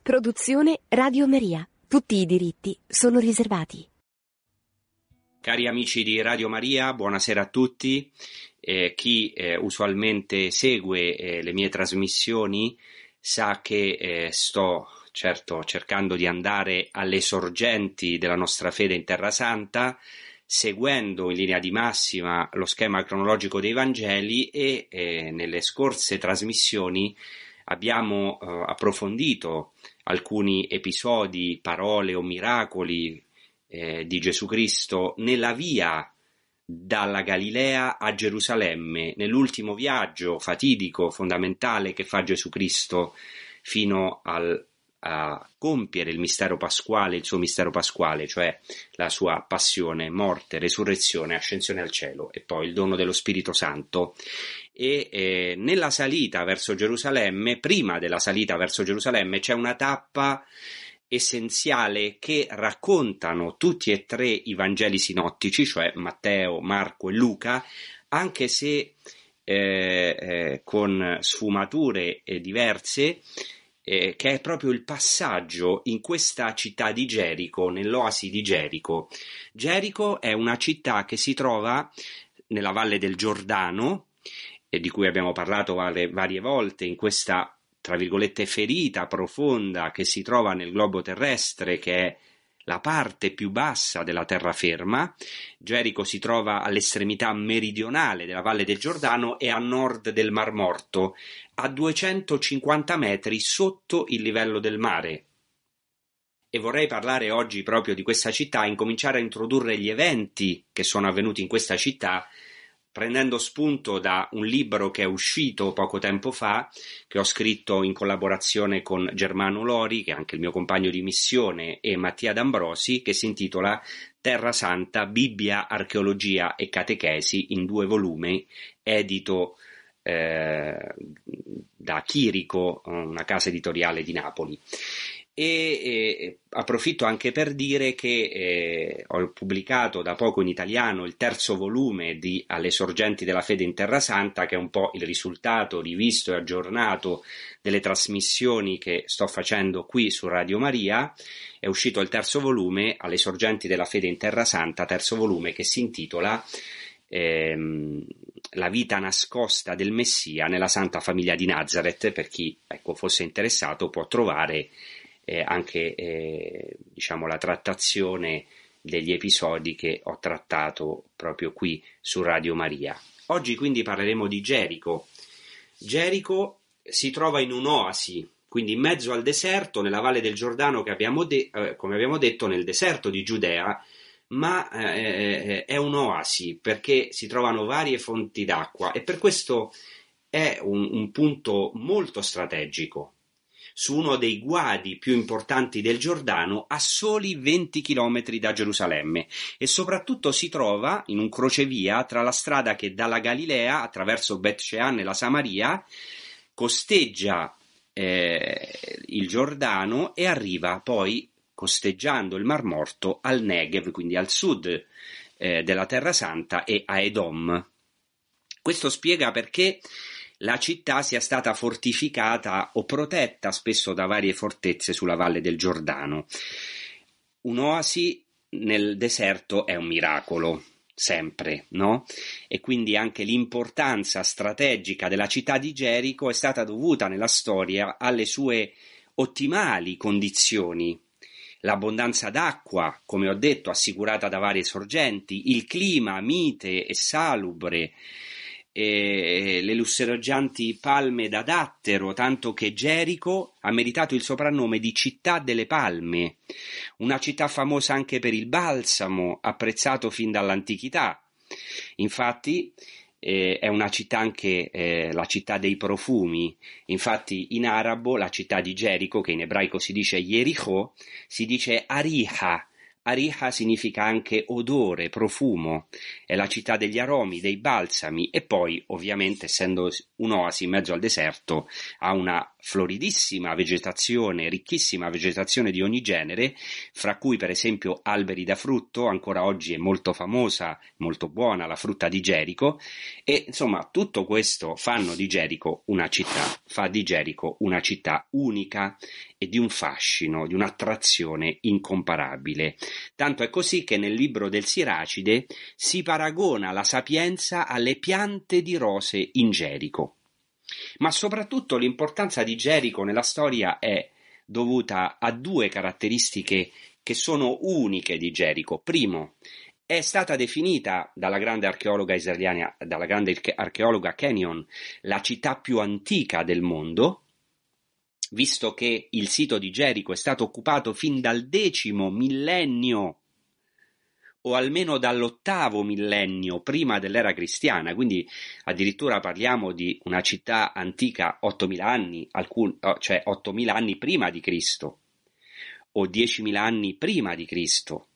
Produzione Radio Maria. Tutti i diritti sono riservati. Cari amici di Radio Maria, buonasera a tutti. Chi usualmente segue le mie trasmissioni sa che sto cercando di andare alle sorgenti della nostra fede in Terra Santa, seguendo in linea di massima lo schema cronologico dei Vangeli e nelle scorse trasmissioni abbiamo approfondito alcuni episodi, parole o miracoli di Gesù Cristo nella via dalla Galilea a Gerusalemme, nell'ultimo viaggio fatidico, fondamentale che fa Gesù Cristo fino a compiere il mistero pasquale, il suo mistero pasquale, cioè la sua passione, morte, resurrezione, ascensione al cielo e poi il dono dello Spirito Santo. E nella salita verso Gerusalemme, prima della salita verso Gerusalemme, c'è una tappa essenziale che raccontano tutti e tre i Vangeli sinottici, cioè Matteo, Marco e Luca, anche se con sfumature diverse, che è proprio il passaggio in questa città di Gerico, nell'oasi di Gerico. Gerico è una città che si trova nella valle del Giordano, e di cui abbiamo parlato varie volte in questa, tra virgolette, ferita profonda che si trova nel globo terrestre, che è la parte più bassa della terraferma. Gerico si trova all'estremità meridionale della Valle del Giordano e a nord del Mar Morto, a 250 metri sotto il livello del mare. E vorrei parlare oggi proprio di questa città, incominciare a introdurre gli eventi che sono avvenuti in questa città, prendendo spunto da un libro che è uscito poco tempo fa, che ho scritto in collaborazione con Germano Lori, che è anche il mio compagno di missione, e Mattia D'Ambrosi, che si intitola Terra Santa, Bibbia, Archeologia e Catechesi, in 2 volumi, edito da Chirico, una casa editoriale di Napoli. E approfitto anche per dire che ho pubblicato da poco in italiano il 3° volume di Alle sorgenti della fede in Terra Santa, che è un po' il risultato rivisto e aggiornato delle trasmissioni che sto facendo qui su Radio Maria. È uscito il 3° volume, Alle sorgenti della fede in Terra Santa, 3° volume, che si intitola La vita nascosta del Messia nella Santa Famiglia di Nazareth. Per chi fosse interessato può trovare anche la trattazione degli episodi che ho trattato proprio qui su Radio Maria. Oggi quindi parleremo di Gerico. Gerico si trova in un'oasi, quindi in mezzo al deserto, nella Valle del Giordano, che come abbiamo detto, nel deserto di Giudea, ma è un'oasi perché si trovano varie fonti d'acqua e per questo è un punto molto strategico. Su uno dei guadi più importanti del Giordano, a soli 20 chilometri da Gerusalemme, e soprattutto si trova in un crocevia tra la strada che dalla Galilea attraverso Bet Shean e la Samaria costeggia il Giordano e arriva poi, costeggiando il Mar Morto, al Negev, quindi al sud della Terra Santa, e a Edom. Questo spiega perché la città sia stata fortificata o protetta spesso da varie fortezze sulla Valle del Giordano. Un'oasi nel deserto è un miracolo, sempre, no? E quindi anche l'importanza strategica della città di Gerico è stata dovuta nella storia alle sue ottimali condizioni. L'abbondanza d'acqua, come ho detto, assicurata da varie sorgenti, il clima mite e salubre, le lussureggianti palme da dattero, tanto che Gerico ha meritato il soprannome di città delle palme, una città famosa anche per il balsamo, apprezzato fin dall'antichità. Infatti è una città anche la città dei profumi. Infatti in arabo la città di Gerico, che in ebraico si dice Jericho, si dice Ariha. Ariha significa anche odore, profumo, è la città degli aromi, dei balsami, e poi ovviamente, essendo un'oasi in mezzo al deserto, ha una floridissima vegetazione, ricchissima vegetazione di ogni genere, fra cui per esempio alberi da frutto. Ancora oggi è molto famosa, molto buona la frutta di Gerico, e insomma tutto questo fa di Gerico una città unica e di un fascino, di un'attrazione incomparabile. Tanto è così che nel libro del Siracide si paragona la sapienza alle piante di rose in Gerico. Ma soprattutto l'importanza di Gerico nella storia è dovuta a due caratteristiche che sono uniche di Gerico. Primo, è stata definita dalla grande archeologa israeliana, dalla grande archeologa Kenyon, la città più antica del mondo, visto che il sito di Gerico è stato occupato fin dal X millennio o almeno dall'8° millennio prima dell'era cristiana, quindi addirittura parliamo di una città antica 8.000 anni, cioè 8.000 anni prima di Cristo o 10.000 anni prima di Cristo.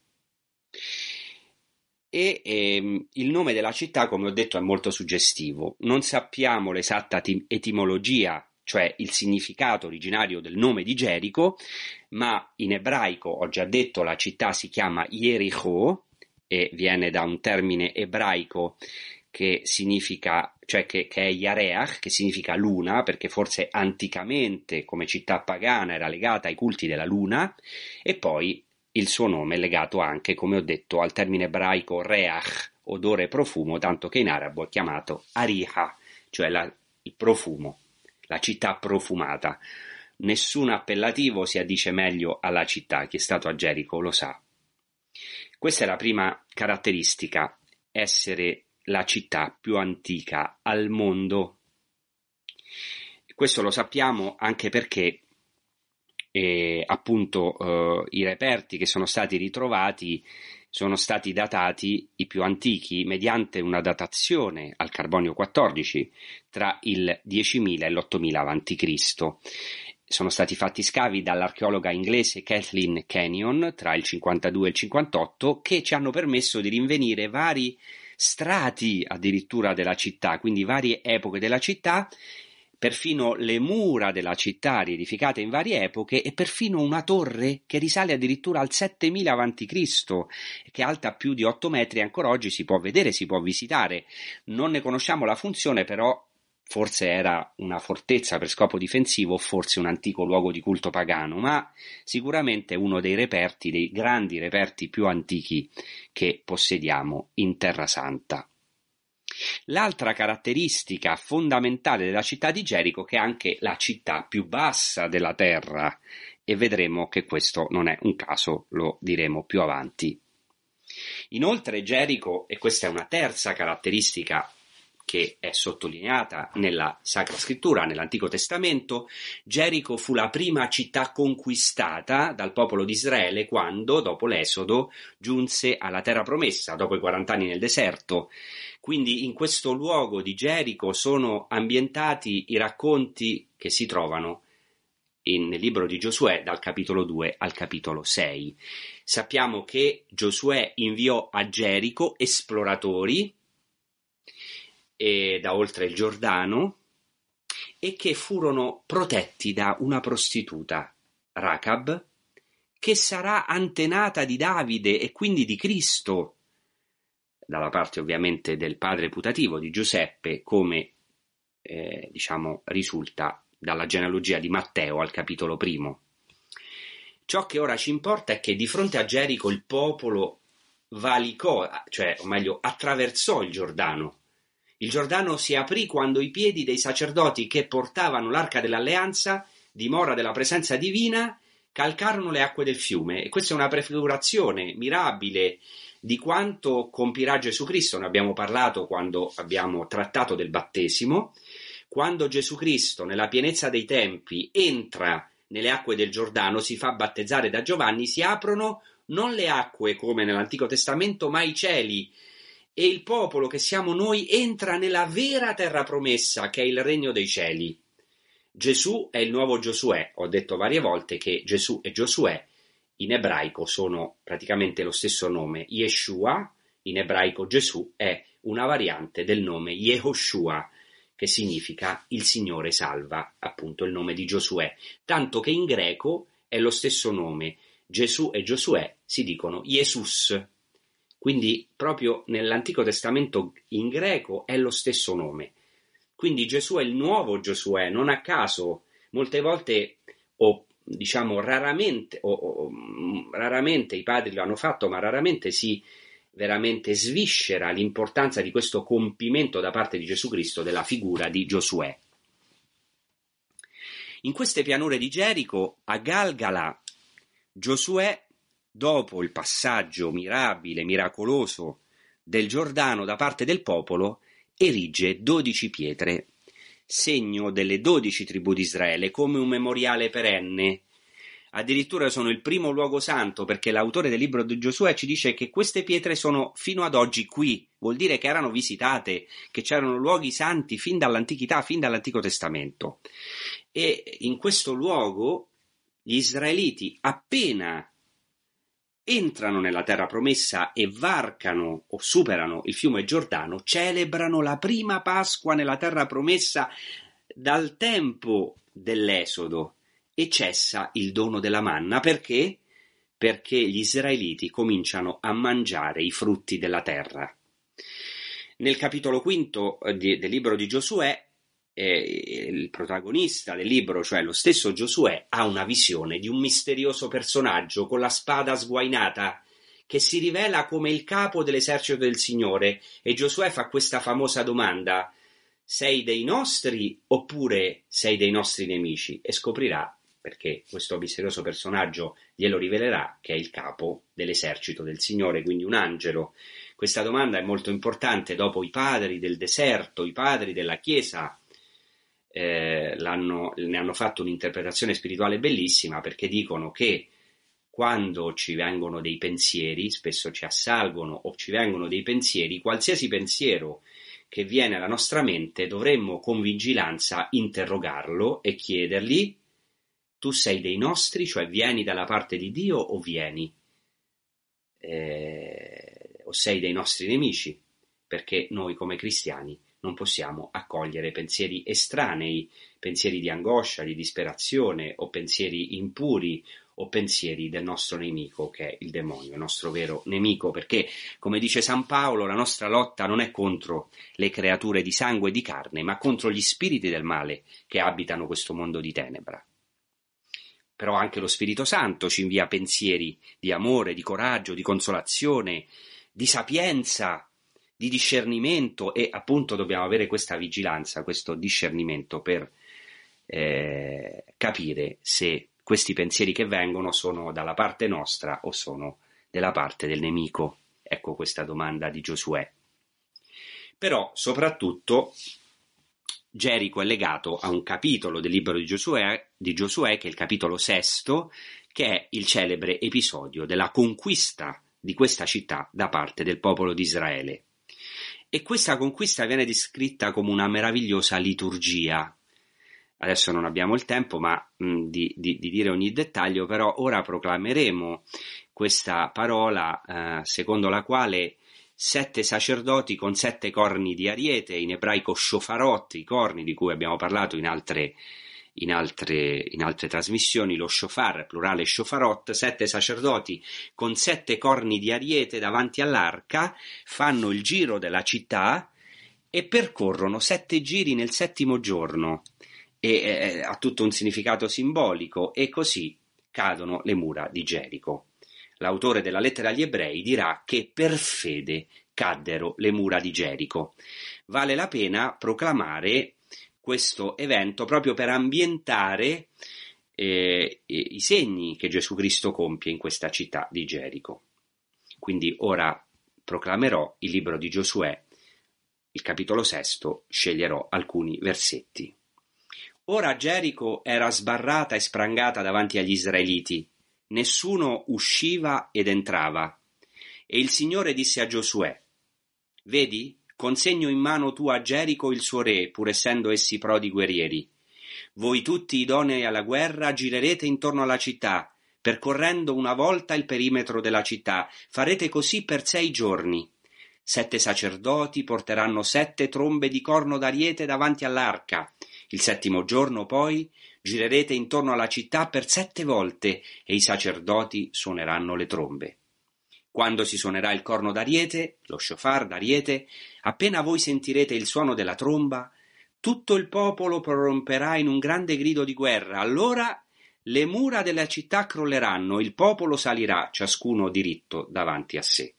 E il nome della città, come ho detto, è molto suggestivo. Non sappiamo l'esatta etimologia, cioè il significato originario del nome di Gerico, ma in ebraico, ho già detto, la città si chiama Jericho e viene da un termine ebraico che significa, cioè che è Yareach, che significa luna, perché forse anticamente come città pagana era legata ai culti della luna, e poi il suo nome è legato anche, come ho detto, al termine ebraico reach, odore e profumo, tanto che in arabo è chiamato Ariha, cioè il profumo, la città profumata. Nessun appellativo si addice meglio alla città, chi è stato a Gerico lo sa. Questa è la prima caratteristica, essere la città più antica al mondo. Questo lo sappiamo anche perché appunto i reperti che sono stati ritrovati sono stati datati, i più antichi, mediante una datazione al carbonio 14 tra il 10.000 e l'8.000 a.C. Sono stati fatti scavi dall'archeologa inglese Kathleen Kenyon tra il 52 e il 58 che ci hanno permesso di rinvenire vari strati addirittura della città, quindi varie epoche della città, perfino le mura della città riedificate in varie epoche e perfino una torre che risale addirittura al 7000 a.C., che è alta più di 8 metri e ancora oggi si può vedere, si può visitare. Non ne conosciamo la funzione, però forse era una fortezza per scopo difensivo, forse un antico luogo di culto pagano, ma sicuramente uno dei reperti, dei grandi reperti più antichi che possediamo in Terra Santa. L'altra caratteristica fondamentale della città di Gerico, che è anche la città più bassa della terra, e vedremo che questo non è un caso, lo diremo più avanti. Inoltre Gerico, e questa è una terza caratteristica che è sottolineata nella Sacra Scrittura, nell'Antico Testamento, Gerico fu la prima città conquistata dal popolo di Israele quando, dopo l'Esodo, giunse alla terra promessa, dopo i 40 anni nel deserto. Quindi in questo luogo di Gerico sono ambientati i racconti che si trovano nel libro di Giosuè dal capitolo 2 al capitolo 6. Sappiamo che Giosuè inviò a Gerico esploratori da oltre il Giordano e che furono protetti da una prostituta, Rachab, che sarà antenata di Davide e quindi di Cristo, dalla parte ovviamente del padre putativo di Giuseppe, come risulta dalla genealogia di Matteo al capitolo 1. Ciò che ora ci importa è che di fronte a Gerico il popolo valicò, cioè o meglio attraversò il Giordano. Il Giordano si aprì quando i piedi dei sacerdoti che portavano l'arca dell'alleanza, dimora della presenza divina, calcarono le acque del fiume. E questa è una prefigurazione mirabile di quanto compirà Gesù Cristo. Ne abbiamo parlato quando abbiamo trattato del battesimo. Quando Gesù Cristo, nella pienezza dei tempi, entra nelle acque del Giordano, si fa battezzare da Giovanni, si aprono non le acque come nell'Antico Testamento, ma i cieli. E il popolo che siamo noi entra nella vera terra promessa, che è il regno dei cieli. Gesù è il nuovo Giosuè. Ho detto varie volte che Gesù e Giosuè in ebraico sono praticamente lo stesso nome. Yeshua, in ebraico Gesù, è una variante del nome Yehoshua, che significa il Signore salva, appunto il nome di Giosuè, tanto che in greco è lo stesso nome. Gesù e Giosuè si dicono Jesus, quindi proprio nell'Antico Testamento in greco è lo stesso nome. Quindi Gesù è il nuovo Giosuè, non a caso molte volte, o diciamo raramente i padri lo hanno fatto, ma raramente si veramente sviscera l'importanza di questo compimento da parte di Gesù Cristo della figura di Giosuè. In queste pianure di Gerico, a Galgala, Giosuè, dopo il passaggio miracoloso del Giordano da parte del popolo, erige 12 pietre, segno delle 12 tribù di Israele, come un memoriale perenne. Addirittura sono il primo luogo santo, perché l'autore del libro di Giosuè ci dice che queste pietre sono fino ad oggi qui, vuol dire che erano visitate, che c'erano luoghi santi fin dall'antichità, fin dall'Antico Testamento. E in questo luogo gli israeliti, appena entrano nella terra promessa e varcano o superano il fiume Giordano, celebrano la prima Pasqua nella terra promessa dal tempo dell'Esodo. E cessa il dono della manna. Perché? Perché gli israeliti cominciano a mangiare i frutti della terra. Nel capitolo quinto del libro di Giosuè, il protagonista del libro, cioè lo stesso Giosuè, ha una visione di un misterioso personaggio con la spada sguainata che si rivela come il capo dell'esercito del Signore, e Giosuè fa questa famosa domanda: sei dei nostri oppure sei dei nostri nemici? E scoprirà, perché questo misterioso personaggio glielo rivelerà, che è il capo dell'esercito del Signore, quindi un angelo. Questa domanda è molto importante. Dopo i padri del deserto, i padri della Chiesa ne hanno fatto un'interpretazione spirituale bellissima, perché dicono che quando ci vengono dei pensieri, spesso ci assalgono o ci vengono dei pensieri, qualsiasi pensiero che viene alla nostra mente dovremmo con vigilanza interrogarlo e chiedergli: tu sei dei nostri, cioè vieni dalla parte di Dio o vieni o sei dei nostri nemici? Perché noi come cristiani non possiamo accogliere pensieri estranei, pensieri di angoscia, di disperazione, o pensieri impuri, o pensieri del nostro nemico, che è il demonio, il nostro vero nemico, perché, come dice San Paolo, la nostra lotta non è contro le creature di sangue e di carne, ma contro gli spiriti del male che abitano questo mondo di tenebra. Però anche lo Spirito Santo ci invia pensieri di amore, di coraggio, di consolazione, di sapienza, di discernimento, e appunto dobbiamo avere questa vigilanza, questo discernimento per capire se questi pensieri che vengono sono dalla parte nostra o sono della parte del nemico. Ecco questa domanda di Giosuè. Però soprattutto Gerico è legato a un capitolo del libro di Giosuè, che è il capitolo 6, che è il celebre episodio della conquista di questa città da parte del popolo di Israele. E questa conquista viene descritta come una meravigliosa liturgia. Adesso non abbiamo il tempo di dire ogni dettaglio, però ora proclameremo questa parola secondo la quale 7 sacerdoti con 7 corni di ariete, in ebraico shofarot, i corni di cui abbiamo parlato in altre trasmissioni, lo shofar, plurale shofarot, 7 sacerdoti con 7 corni di ariete davanti all'arca fanno il giro della città e percorrono 7 giri nel 7° giorno, e ha tutto un significato simbolico, e così cadono le mura di Gerico. L'autore della lettera agli ebrei dirà che per fede caddero le mura di Gerico. Vale la pena proclamare questo evento proprio per ambientare i segni che Gesù Cristo compie in questa città di Gerico. Quindi ora proclamerò il libro di Giosuè, il capitolo 6, sceglierò alcuni versetti. Ora Gerico era sbarrata e sprangata davanti agli israeliti, nessuno usciva ed entrava. E il Signore disse a Giosuè: vedi, consegno in mano tua a Gerico il suo re, pur essendo essi prodi guerrieri. Voi tutti idonei alla guerra girerete intorno alla città, percorrendo una volta il perimetro della città. Farete così per 6 giorni. 7 sacerdoti porteranno 7 trombe di corno d'ariete davanti all'arca. Il 7° giorno, poi, girerete intorno alla città per 7 volte e i sacerdoti suoneranno le trombe. Quando si suonerà il corno d'ariete, lo shofar d'ariete, appena voi sentirete il suono della tromba, tutto il popolo proromperà in un grande grido di guerra. Allora le mura della città crolleranno, il popolo salirà, ciascuno diritto davanti a sé.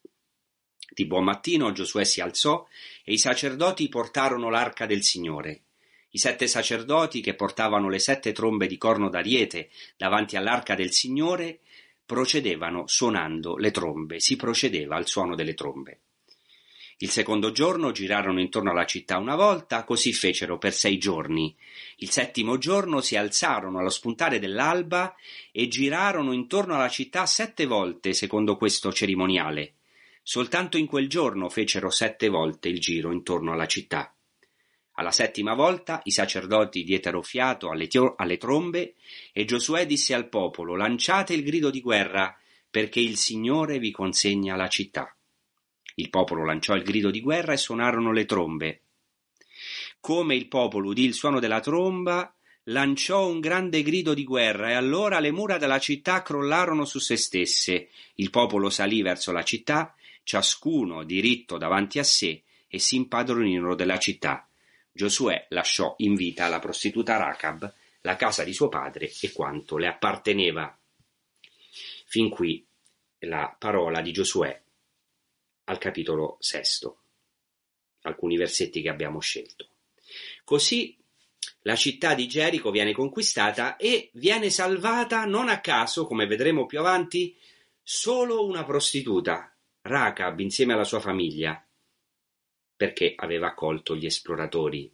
Di buon mattino Giosuè si alzò e i sacerdoti portarono l'arca del Signore. I 7 sacerdoti che portavano le 7 trombe di corno d'ariete davanti all'arca del Signore procedevano suonando le trombe, si procedeva al suono delle trombe. Il 2° giorno girarono intorno alla città una volta, così fecero per 6 giorni. Il 7° giorno si alzarono allo spuntare dell'alba e girarono intorno alla città 7 volte, secondo questo cerimoniale. Soltanto in quel giorno fecero 7 volte il giro intorno alla città. Alla 7ª volta i sacerdoti diedero fiato alle trombe e Giosuè disse al popolo: «Lanciate il grido di guerra, perché il Signore vi consegna la città». Il popolo lanciò il grido di guerra e suonarono le trombe. Come il popolo udì il suono della tromba, lanciò un grande grido di guerra e allora le mura della città crollarono su se stesse. Il popolo salì verso la città, ciascuno diritto davanti a sé, e si impadronirono della città. Giosuè lasciò in vita la prostituta Racab, la casa di suo padre e quanto le apparteneva. Fin qui la parola di Giosuè al capitolo 6, alcuni versetti che abbiamo scelto. Così la città di Gerico viene conquistata e viene salvata non a caso, come vedremo più avanti, solo una prostituta, Racab, insieme alla sua famiglia, perché aveva accolto gli esploratori.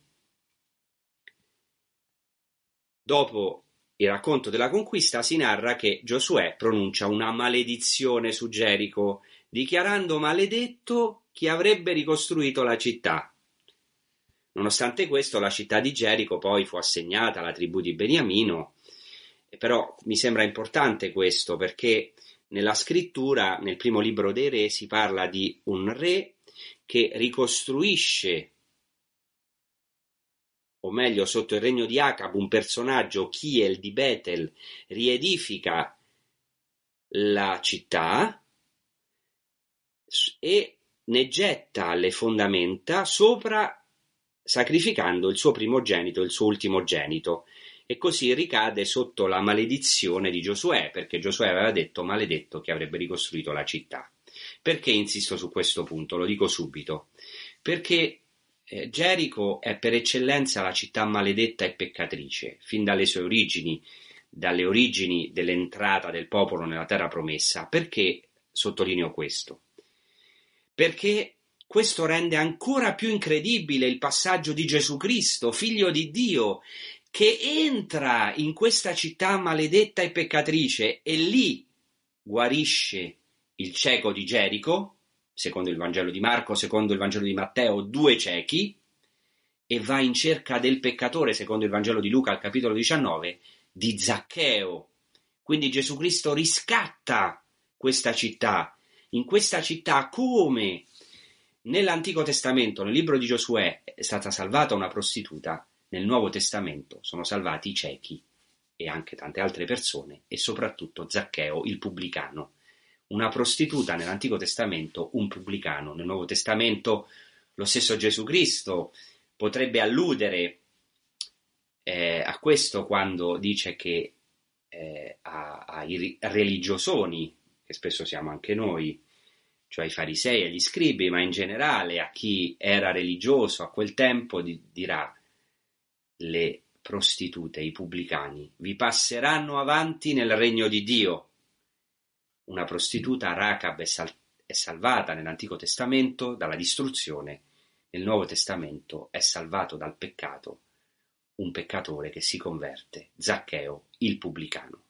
Dopo il racconto della conquista si narra che Giosuè pronuncia una maledizione su Gerico, dichiarando maledetto chi avrebbe ricostruito la città. Nonostante questo, la città di Gerico poi fu assegnata alla tribù di Beniamino, però mi sembra importante questo perché nella scrittura, nel primo libro dei re, si parla di un re che ricostruisce, o meglio sotto il regno di Acab, un personaggio, Chiel di Betel, riedifica la città e ne getta le fondamenta sopra, sacrificando il suo primogenito e il suo ultimogenito, e così ricade sotto la maledizione di Giosuè, perché Giosuè aveva detto maledetto che avrebbe ricostruito la città. Perché insisto su questo punto? Lo dico subito. Perché Gerico è per eccellenza la città maledetta e peccatrice, fin dalle sue origini, dalle origini dell'entrata del popolo nella terra promessa. Perché sottolineo questo? Perché questo rende ancora più incredibile il passaggio di Gesù Cristo, figlio di Dio, che entra in questa città maledetta e peccatrice e lì guarisce il cieco di Gerico, secondo il Vangelo di Marco, secondo il Vangelo di Matteo, 2 ciechi, e va in cerca del peccatore, secondo il Vangelo di Luca, al capitolo 19, di Zaccheo. Quindi Gesù Cristo riscatta questa città. In questa città, come nell'Antico Testamento, nel libro di Giosuè, è stata salvata una prostituta, nel Nuovo Testamento sono salvati i ciechi e anche tante altre persone, e soprattutto Zaccheo, il pubblicano. Una prostituta nell'Antico Testamento, un pubblicano nel Nuovo Testamento. Lo stesso Gesù Cristo potrebbe alludere a questo quando dice che ai religiosoni, che spesso siamo anche noi, cioè ai farisei, agli scribi, ma in generale a chi era religioso a quel tempo, dirà: le prostitute, i pubblicani, vi passeranno avanti nel regno di Dio. Una prostituta, Racab, è salvata nell'Antico Testamento dalla distruzione, nel Nuovo Testamento è salvato dal peccato un peccatore che si converte, Zaccheo, il pubblicano.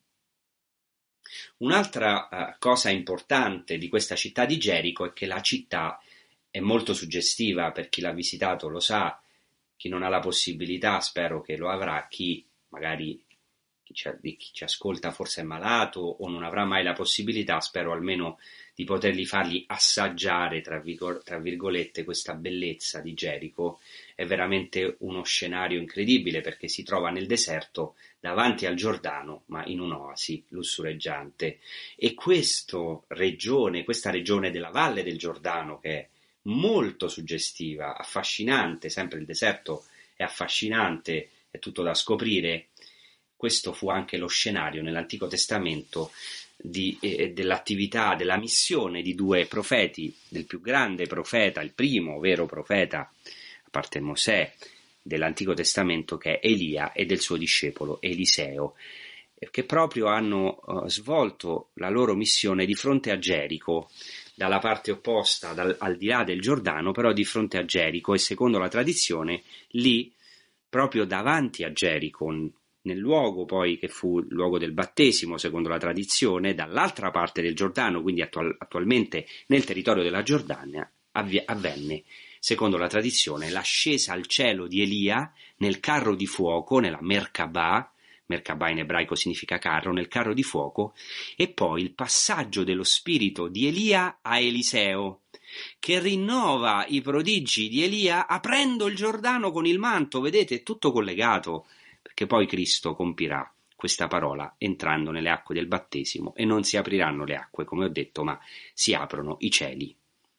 Un'altra cosa importante di questa città di Gerico è che la città è molto suggestiva, per chi l'ha visitato lo sa, chi non ha la possibilità spero che lo avrà, chi magari di chi ci ascolta forse è malato o non avrà mai la possibilità, spero almeno di fargli assaggiare, tra virgolette, questa bellezza di Gerico. È veramente uno scenario incredibile, perché si trova nel deserto davanti al Giordano, ma in un'oasi lussureggiante. E questa regione della Valle del Giordano, che è molto suggestiva, affascinante, sempre il deserto è affascinante, è tutto da scoprire. Questo fu anche lo scenario nell'Antico Testamento dell'attività, della missione di due profeti, del più grande profeta, il primo vero profeta, a parte Mosè, dell'Antico Testamento, che è Elia, e del suo discepolo Eliseo, che proprio hanno svolto la loro missione di fronte a Gerico, dalla parte opposta, al di là del Giordano, però di fronte a Gerico, e secondo la tradizione lì, proprio davanti a Gerico, nel luogo poi che fu il luogo del battesimo, secondo la tradizione, dall'altra parte del Giordano, quindi attualmente nel territorio della Giordania, avvenne, secondo la tradizione, l'ascesa al cielo di Elia nel carro di fuoco, nella Merkabah in ebraico significa carro, nel carro di fuoco, e poi il passaggio dello spirito di Elia a Eliseo, che rinnova i prodigi di Elia aprendo il Giordano con il manto. Vedete, è tutto collegato, perché poi Cristo compirà questa parola entrando nelle acque del battesimo, e non si apriranno le acque, come ho detto, ma si aprono i cieli.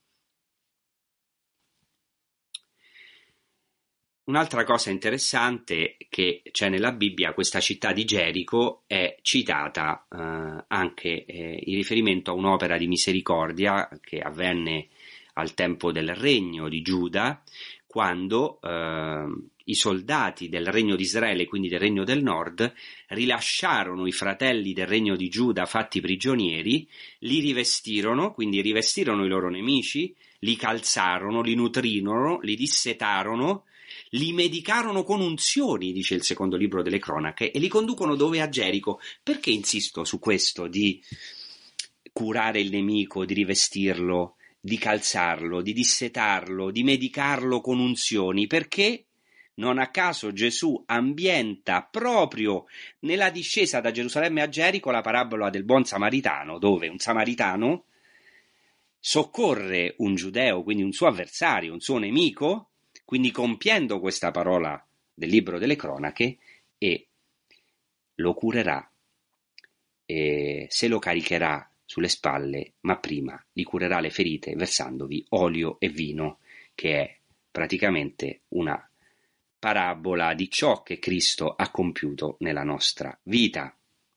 Un'altra cosa interessante che c'è nella Bibbia, questa città di Gerico è citata anche in riferimento a un'opera di misericordia che avvenne al tempo del regno di Giuda, quando i soldati del regno di Israele, quindi del regno del nord, rilasciarono i fratelli del regno di Giuda fatti prigionieri, li rivestirono, quindi rivestirono i loro nemici, li calzarono, li nutrirono, li dissetarono, li medicarono con unzioni, dice il secondo libro delle cronache, e li conducono dove? A Gerico. Perché insisto su questo di curare il nemico, di rivestirlo, di calzarlo, di dissetarlo, di medicarlo con unzioni? Perché non a caso Gesù ambienta proprio nella discesa da Gerusalemme a Gerico la parabola del buon samaritano, dove un samaritano soccorre un giudeo, quindi un suo avversario, un suo nemico, quindi compiendo questa parola del libro delle cronache, e lo curerà, e se lo caricherà sulle spalle, ma prima gli curerà le ferite versandovi olio e vino, che è praticamente una parabola di ciò che Cristo ha compiuto nella nostra vita.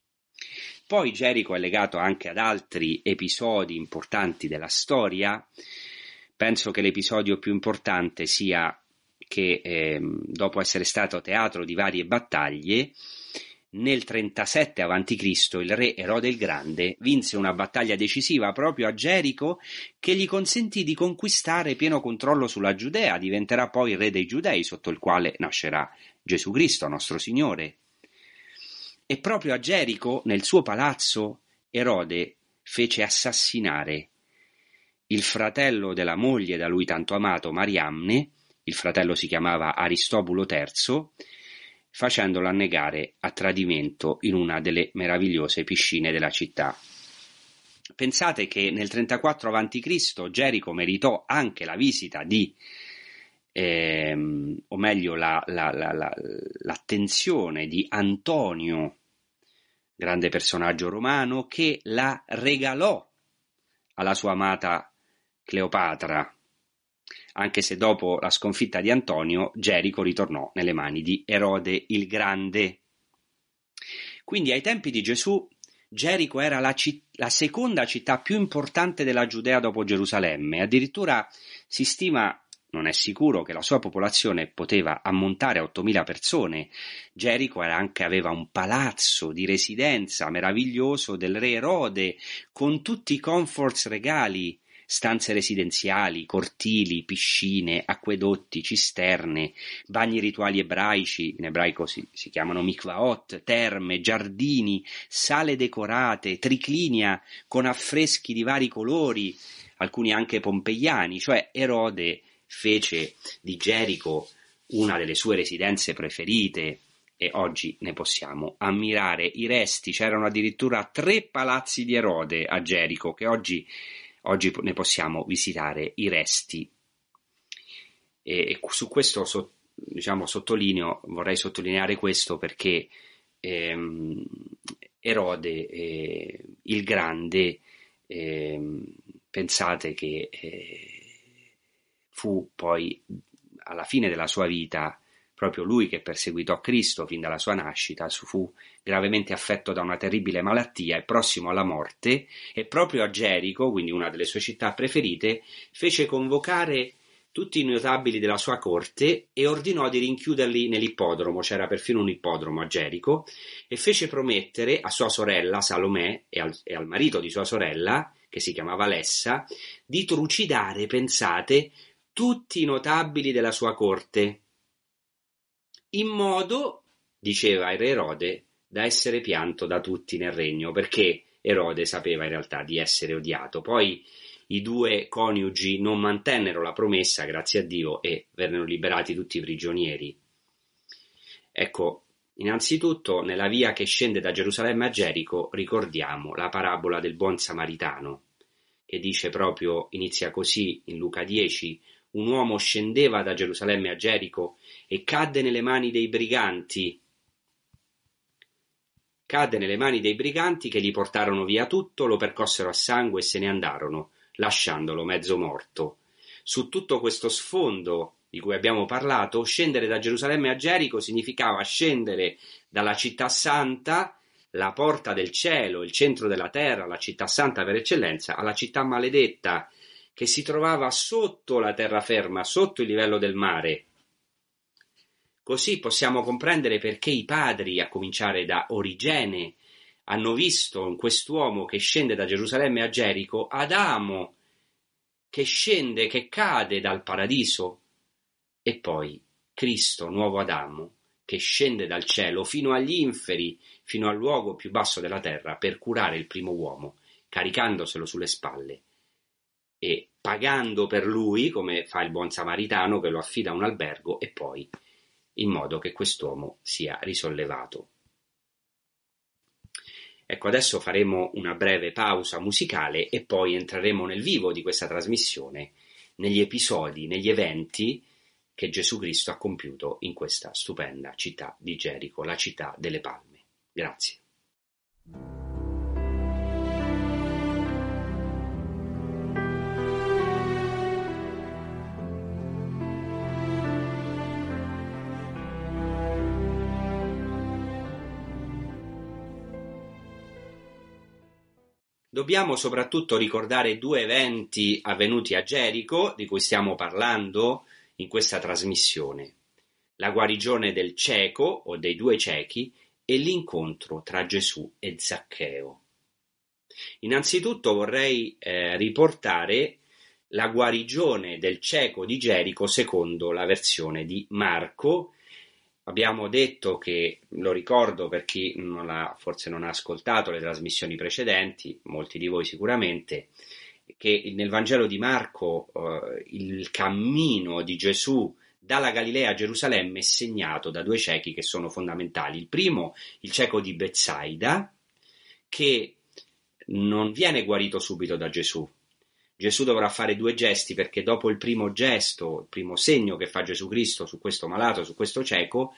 Poi Gerico è legato anche ad altri episodi importanti della storia. Penso che l'episodio più importante sia che dopo essere stato teatro di varie battaglie, nel 37 a.C. il re Erode il Grande vinse una battaglia decisiva proprio a Gerico, che gli consentì di conquistare pieno controllo sulla Giudea. Diventerà poi il re dei Giudei, sotto il quale nascerà Gesù Cristo, nostro Signore. E proprio a Gerico, nel suo palazzo, Erode fece assassinare il fratello della moglie da lui tanto amato, Mariamne. Il fratello si chiamava Aristobulo III, facendolo annegare a tradimento in una delle meravigliose piscine della città. Pensate che nel 34 a.C. Gerico meritò anche la visita o meglio l'attenzione di Antonio, grande personaggio romano, che la regalò alla sua amata Cleopatra, anche se dopo la sconfitta di Antonio, Gerico ritornò nelle mani di Erode il Grande. Quindi ai tempi di Gesù, Gerico era la seconda città più importante della Giudea dopo Gerusalemme. Addirittura si stima, non è sicuro, che la sua popolazione poteva ammontare a 8.000 persone. Gerico aveva un palazzo di residenza meraviglioso del re Erode, con tutti i comforts regali, stanze residenziali, cortili, piscine, acquedotti, cisterne, bagni rituali ebraici, in ebraico si chiamano mikvaot, terme, giardini, sale decorate, triclinia con affreschi di vari colori, alcuni anche pompeiani. Cioè Erode fece di Gerico una delle sue residenze preferite, e oggi ne possiamo ammirare i resti. C'erano addirittura 3 palazzi di Erode a Gerico, che oggi ne possiamo visitare i resti. E su questo vorrei sottolineare questo perché Erode il Grande, pensate che fu poi alla fine della sua vita proprio lui che perseguitò Cristo fin dalla sua nascita, fu gravemente affetto da una terribile malattia e prossimo alla morte, e proprio a Gerico, quindi una delle sue città preferite, fece convocare tutti i notabili della sua corte e ordinò di rinchiuderli nell'ippodromo. C'era perfino un ippodromo a Gerico, e fece promettere a sua sorella Salomè e al marito di sua sorella, che si chiamava Alessa, di trucidare, pensate, tutti i notabili della sua corte, in modo, diceva il re Erode, da essere pianto da tutti nel regno, perché Erode sapeva in realtà di essere odiato. Poi i 2 coniugi non mantennero la promessa, grazie a Dio, e vennero liberati tutti i prigionieri. Ecco, innanzitutto nella via che scende da Gerusalemme a Gerico ricordiamo la parabola del buon samaritano, che dice proprio, inizia così in Luca 10: un uomo scendeva da Gerusalemme a Gerico e cadde nelle mani dei briganti che gli portarono via tutto, lo percossero a sangue e se ne andarono, lasciandolo mezzo morto. Su tutto questo sfondo di cui abbiamo parlato, scendere da Gerusalemme a Gerico significava scendere dalla città santa, la porta del cielo, il centro della terra, la città santa per eccellenza, alla città maledetta, che si trovava sotto la terraferma, sotto il livello del mare. Così possiamo comprendere perché i padri, a cominciare da Origene, hanno visto in quest'uomo che scende da Gerusalemme a Gerico Adamo, che scende, che cade dal paradiso, e poi Cristo, nuovo Adamo, che scende dal cielo fino agli inferi, fino al luogo più basso della terra, per curare il primo uomo, caricandoselo sulle spalle e pagando per lui, come fa il buon samaritano che lo affida a un albergo, e poi in modo che quest'uomo sia risollevato. Ecco, adesso faremo una breve pausa musicale e poi entreremo nel vivo di questa trasmissione, negli episodi, negli eventi che Gesù Cristo ha compiuto in questa stupenda città di Gerico, la città delle palme. Grazie. Dobbiamo soprattutto ricordare 2 eventi avvenuti a Gerico, di cui stiamo parlando in questa trasmissione: la guarigione del cieco o dei 2 ciechi e l'incontro tra Gesù e Zaccheo. Innanzitutto vorrei riportare la guarigione del cieco di Gerico secondo la versione di Marco. Abbiamo detto che, lo ricordo per chi forse non ha ascoltato le trasmissioni precedenti, molti di voi sicuramente, che nel Vangelo di Marco il cammino di Gesù dalla Galilea a Gerusalemme è segnato da 2 ciechi che sono fondamentali. Il primo, il cieco di Betsaida, che non viene guarito subito da Gesù. Gesù dovrà fare 2 gesti, perché dopo il primo gesto, il primo segno che fa Gesù Cristo su questo malato, su questo cieco,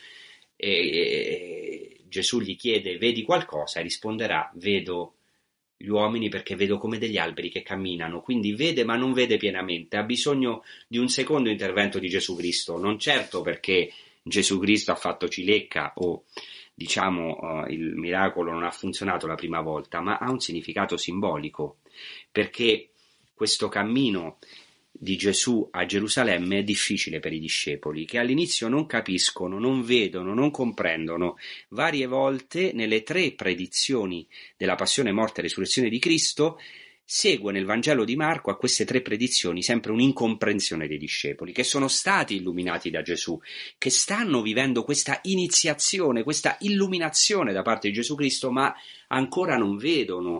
Gesù gli chiede: vedi qualcosa? E risponderà: vedo gli uomini perché vedo come degli alberi che camminano. Quindi vede ma non vede pienamente, ha bisogno di un secondo intervento di Gesù Cristo, non certo perché Gesù Cristo ha fatto cilecca o il miracolo non ha funzionato la prima volta, ma ha un significato simbolico, perché questo cammino di Gesù a Gerusalemme è difficile per i discepoli, che all'inizio non capiscono, non vedono, non comprendono. Varie volte nelle 3 predizioni della passione, morte e resurrezione di Cristo segue nel Vangelo di Marco a queste 3 predizioni sempre un'incomprensione dei discepoli, che sono stati illuminati da Gesù, che stanno vivendo questa iniziazione, questa illuminazione da parte di Gesù Cristo, ma ancora non vedono,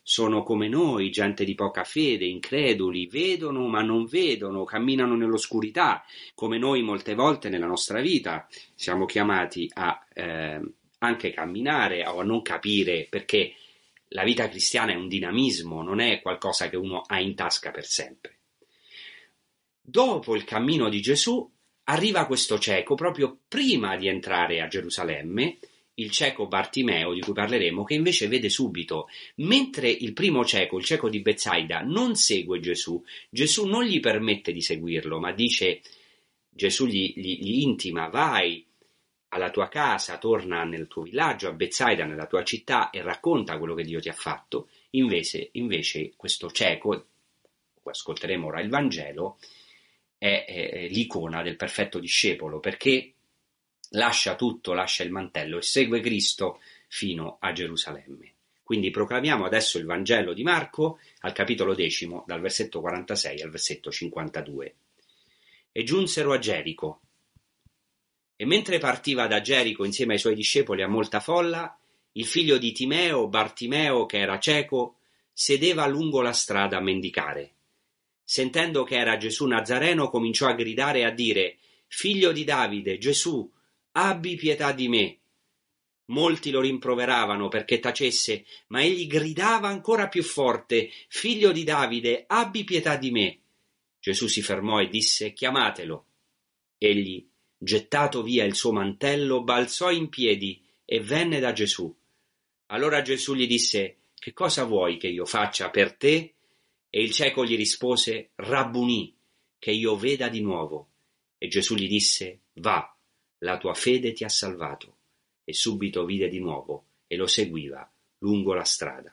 sono come noi, gente di poca fede, increduli, vedono ma non vedono, camminano nell'oscurità, come noi molte volte nella nostra vita siamo chiamati a anche camminare o a non capire, perché la vita cristiana è un dinamismo, non è qualcosa che uno ha in tasca per sempre. Dopo il cammino di Gesù arriva questo cieco proprio prima di entrare a Gerusalemme, il cieco Bartimeo, di cui parleremo, che invece vede subito, mentre il primo cieco, il cieco di Betsaida, non segue Gesù, Gesù non gli permette di seguirlo, ma dice, Gesù gli intima, vai alla tua casa, torna nel tuo villaggio, a Betsaida, nella tua città, e racconta quello che Dio ti ha fatto. Invece questo cieco, ascolteremo ora il Vangelo, è l'icona del perfetto discepolo, perché lascia tutto, lascia il mantello e segue Cristo fino a Gerusalemme. Quindi proclamiamo adesso il Vangelo di Marco al capitolo 10, dal versetto 46 al versetto 52. E giunsero a Gerico. E mentre partiva da Gerico insieme ai suoi discepoli a molta folla, il figlio di Timeo, Bartimeo, che era cieco, sedeva lungo la strada a mendicare. Sentendo che era Gesù Nazareno, cominciò a gridare e a dire: «Figlio di Davide, Gesù, abbi pietà di me». Molti lo rimproveravano perché tacesse, ma egli gridava ancora più forte: «Figlio di Davide, abbi pietà di me». Gesù si fermò e disse: «Chiamatelo». Egli, gettato via il suo mantello, balzò in piedi e venne da Gesù. Allora Gesù gli disse: «Che cosa vuoi che io faccia per te?» E il cieco gli rispose: «Rabbunì, che io veda di nuovo». E Gesù gli disse: «Va, la tua fede ti ha salvato». E subito vide di nuovo e lo seguiva lungo la strada.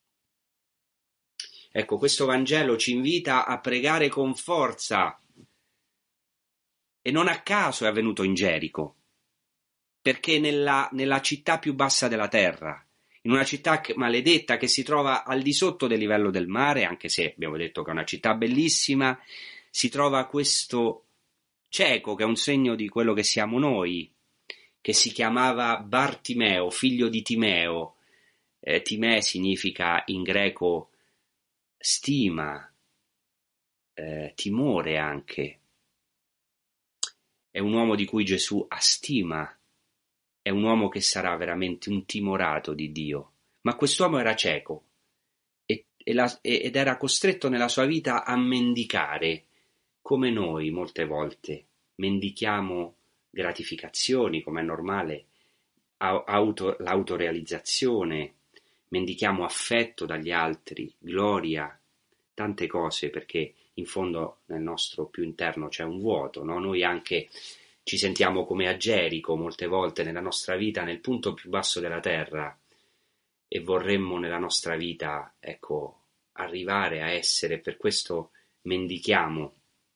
Ecco, questo Vangelo ci invita a pregare con forza, e non a caso è avvenuto in Gerico, perché nella città più bassa della terra, in una città maledetta che si trova al di sotto del livello del mare, anche se abbiamo detto che è una città bellissima, si trova questo cieco che è un segno di quello che siamo noi, che si chiamava Bartimeo, figlio di Timeo. Timè significa in greco stima, timore anche. È un uomo di cui Gesù ha stima, è un uomo che sarà veramente un timorato di Dio. Ma quest'uomo era cieco ed era costretto nella sua vita a mendicare, come noi molte volte mendichiamo gratificazioni, come è normale, l'autorealizzazione, mendichiamo affetto dagli altri, gloria, tante cose, perché in fondo nel nostro più interno c'è un vuoto, no? Noi anche ci sentiamo come a Gerico molte volte nella nostra vita, nel punto più basso della terra, e vorremmo nella nostra vita, ecco, arrivare a essere, per questo mendichiamo.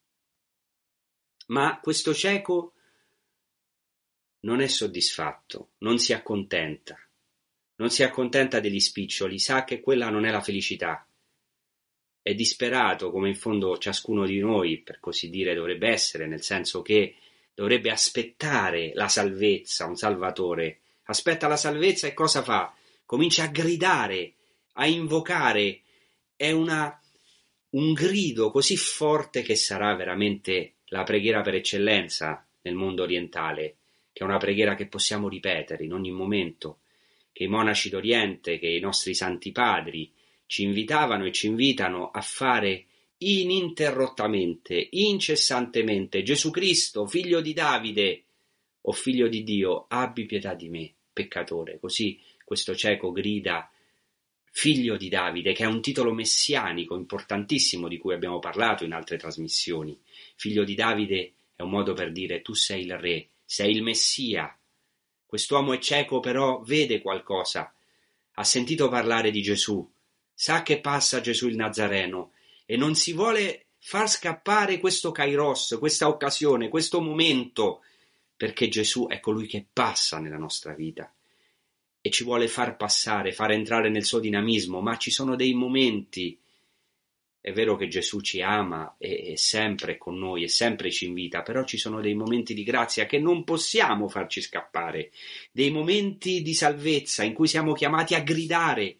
Ma questo cieco non è soddisfatto, non si accontenta degli spiccioli, sa che quella non è la felicità. È disperato, come in fondo ciascuno di noi, per così dire, dovrebbe essere, nel senso che dovrebbe aspettare la salvezza, un Salvatore. Aspetta la salvezza e cosa fa? Comincia a gridare, a invocare. È un grido così forte che sarà veramente la preghiera per eccellenza nel mondo orientale, che è una preghiera che possiamo ripetere in ogni momento, che i monaci d'Oriente, che i nostri santi padri ci invitavano e ci invitano a fare ininterrottamente, incessantemente: Gesù Cristo, figlio di Davide, o figlio di Dio, abbi pietà di me, peccatore. Così questo cieco grida: figlio di Davide, che è un titolo messianico importantissimo di cui abbiamo parlato in altre trasmissioni. Figlio di Davide è un modo per dire: tu sei il re, sei il Messia. Quest'uomo è cieco, però vede qualcosa, ha sentito parlare di Gesù, sa che passa Gesù il Nazareno e non si vuole far scappare questo kairos, questa occasione, questo momento, perché Gesù è colui che passa nella nostra vita e ci vuole far passare, far entrare nel suo dinamismo. Ma ci sono dei momenti, è vero che Gesù ci ama e è sempre con noi e sempre ci invita, però ci sono dei momenti di grazia che non possiamo farci scappare, dei momenti di salvezza in cui siamo chiamati a gridare,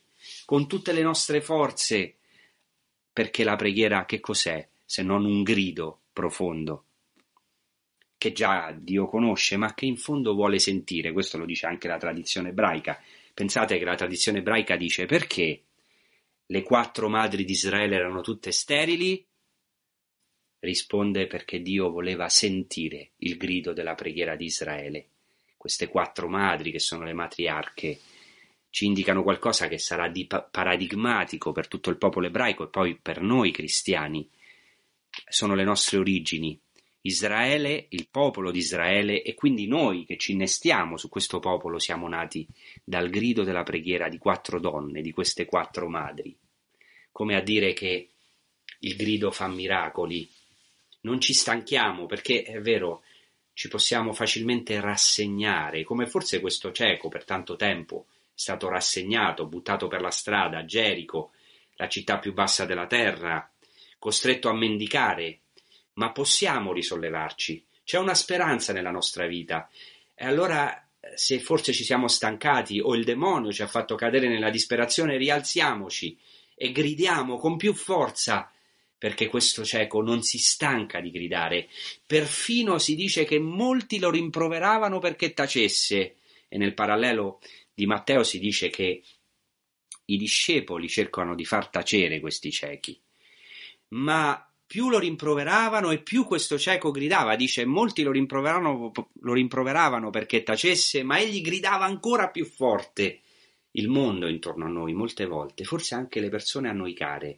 con tutte le nostre forze, perché la preghiera che cos'è se non un grido profondo che già Dio conosce, ma che in fondo vuole sentire. Questo lo dice anche la tradizione ebraica. Pensate che la tradizione ebraica dice: perché le 4 madri di Israele erano tutte sterili? Risponde: perché Dio voleva sentire il grido della preghiera di Israele. Queste 4 madri, che sono le matriarche, ci indicano qualcosa che sarà di paradigmatico per tutto il popolo ebraico e poi per noi cristiani. Sono le nostre origini. Israele, il popolo di Israele, e quindi noi che ci innestiamo su questo popolo siamo nati dal grido della preghiera di 4 donne, di queste 4 madri. Come a dire che il grido fa miracoli. Non ci stanchiamo, perché è vero, ci possiamo facilmente rassegnare, come forse questo cieco per tanto tempo è stato rassegnato, buttato per la strada a Gerico, la città più bassa della terra, costretto a mendicare. Ma possiamo risollevarci, c'è una speranza nella nostra vita. E allora, se forse ci siamo stancati o il demonio ci ha fatto cadere nella disperazione, rialziamoci e gridiamo con più forza, perché questo cieco non si stanca di gridare. Perfino si dice che molti lo rimproveravano perché tacesse, e nel parallelo di Matteo si dice che i discepoli cercano di far tacere questi ciechi, ma più lo rimproveravano e più questo cieco gridava. Dice: molti lo rimproveravano perché tacesse, ma egli gridava ancora più forte. Il mondo intorno a noi, molte volte, forse anche le persone a noi care,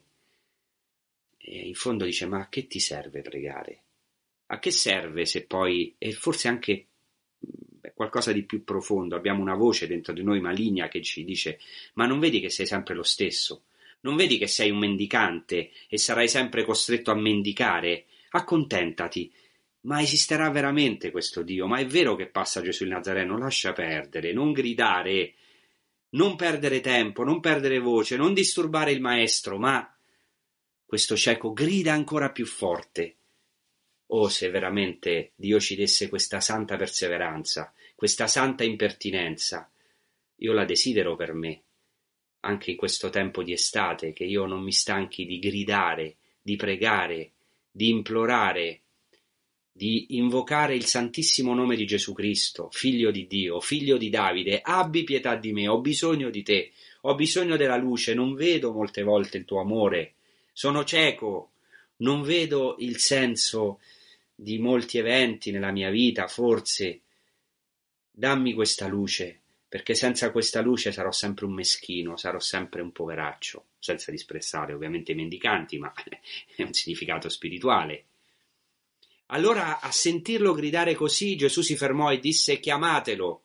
in fondo dice: ma a che ti serve pregare? A che serve se poi, e forse anche qualcosa di più profondo, abbiamo una voce dentro di noi maligna che ci dice: ma non vedi che sei sempre lo stesso? Non vedi che sei un mendicante e sarai sempre costretto a mendicare? Accontentati. Ma esisterà veramente questo Dio? Ma è vero che passa Gesù il Nazareno? Lascia perdere, non gridare, non perdere tempo, non perdere voce, non disturbare il maestro. Ma questo cieco grida ancora più forte. Oh, se veramente Dio ci desse questa santa perseveranza, questa santa impertinenza, io la desidero per me. Anche in questo tempo di estate, che io non mi stanchi di gridare, di pregare, di implorare, di invocare il santissimo nome di Gesù Cristo, figlio di Dio, figlio di Davide. Abbi pietà di me, ho bisogno di te, ho bisogno della luce, non vedo molte volte il tuo amore, sono cieco, non vedo il senso di molti eventi nella mia vita, forse. Dammi questa luce, perché senza questa luce sarò sempre un meschino, sarò sempre un poveraccio, senza disprezzare ovviamente i mendicanti, ma è un significato spirituale. Allora, a sentirlo gridare così, Gesù si fermò e disse: chiamatelo.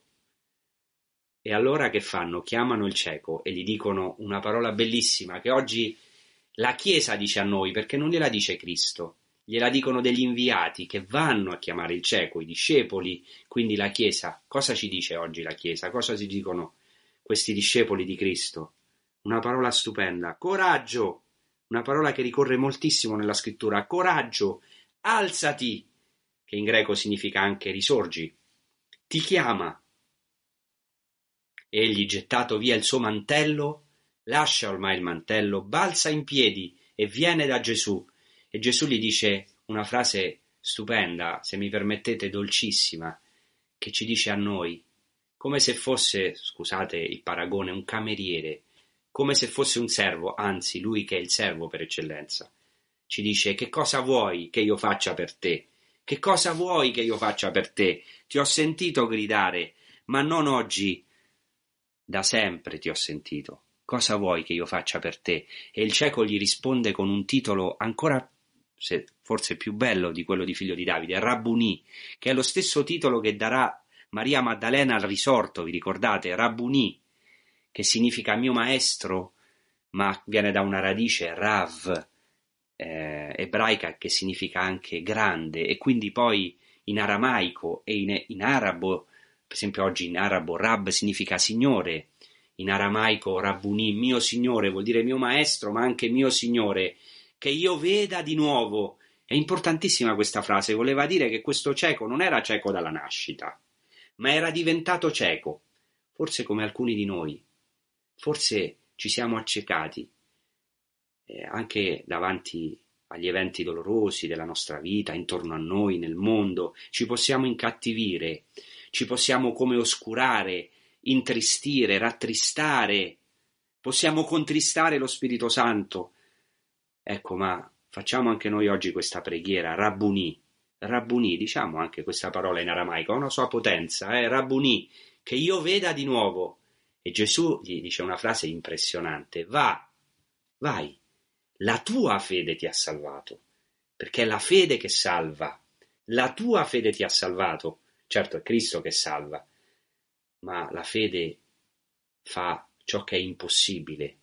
E allora che fanno? Chiamano il cieco e gli dicono una parola bellissima che oggi la Chiesa dice a noi, perché non gliela dice Cristo. Gliela dicono degli inviati che vanno a chiamare il cieco, i discepoli, quindi la Chiesa. Cosa ci dice oggi la Chiesa? Cosa ci dicono questi discepoli di Cristo? Una parola stupenda: coraggio, una parola che ricorre moltissimo nella scrittura. Coraggio, alzati, che in greco significa anche risorgi, ti chiama. Egli, gettato via il suo mantello, lascia ormai il mantello, balza in piedi e viene da Gesù. E Gesù gli dice una frase stupenda, se mi permettete dolcissima, che ci dice a noi, come se fosse, scusate il paragone, un cameriere, come se fosse un servo, anzi lui che è il servo per eccellenza. Ci dice: che cosa vuoi che io faccia per te? Che cosa vuoi che io faccia per te? Ti ho sentito gridare, ma non oggi, da sempre ti ho sentito. Cosa vuoi che io faccia per te? E il cieco gli risponde con un titolo ancora forse più bello di quello di figlio di Davide, Rabbunì, che è lo stesso titolo che darà Maria Maddalena al risorto, vi ricordate? Rabbunì, che significa mio maestro, ma viene da una radice Rav, ebraica, che significa anche grande, e quindi poi in aramaico e in arabo, per esempio oggi in arabo Rab significa signore, in aramaico Rabbunì, mio signore, vuol dire mio maestro, ma anche mio signore, che io veda di nuovo. È importantissima questa frase, voleva dire che questo cieco non era cieco dalla nascita, ma era diventato cieco, forse come alcuni di noi. Forse ci siamo accecati anche davanti agli eventi dolorosi della nostra vita, intorno a noi, nel mondo, ci possiamo incattivire, ci possiamo come oscurare, intristire, rattristare, possiamo contristare lo Spirito Santo. Ecco, ma facciamo anche noi oggi questa preghiera, Rabbuni, diciamo anche questa parola in aramaico, ha una sua potenza, Rabbuni, che io veda di nuovo. E Gesù gli dice una frase impressionante: vai, la tua fede ti ha salvato, perché è la fede che salva, la tua fede ti ha salvato. Certo è Cristo che salva, ma la fede fa ciò che è impossibile.